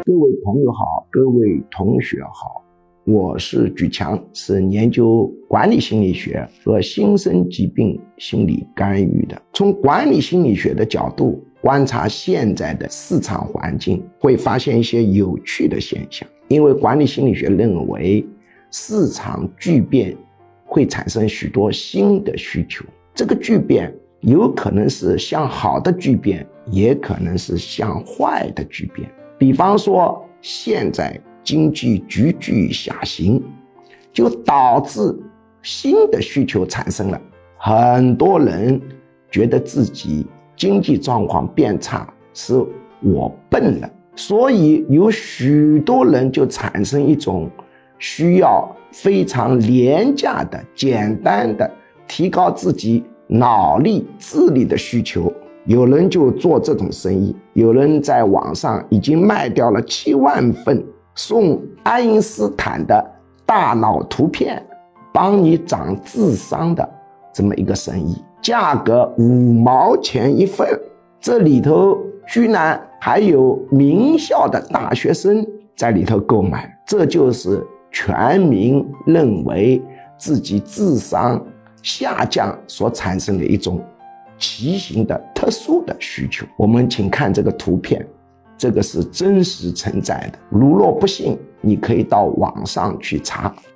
各位朋友好，各位同学好，我是举强，是研究管理心理学和新生疾病心理干预的。从管理心理学的角度观察现在的市场环境，会发现一些有趣的现象。因为管理心理学认为市场巨变会产生许多新的需求，这个巨变有可能是向好的巨变，也可能是向坏的巨变。比方说现在经济急剧下行，就导致新的需求产生了。很多人觉得自己经济状况变差，是我笨了，所以有许多人就产生一种需要非常廉价的、简单的提高自己脑力、智力的需求。有人就做这种生意，有人在网上已经卖掉了7万份送爱因斯坦的大脑图片，帮你长智商的这么一个生意，价格5毛钱一份。这里头居然还有名校的大学生在里头购买，这就是全民认为自己智商下降所产生的一种奇形的特殊的需求。我们请看这个图片，这个是真实存在的，如若不信，你可以到网上去查。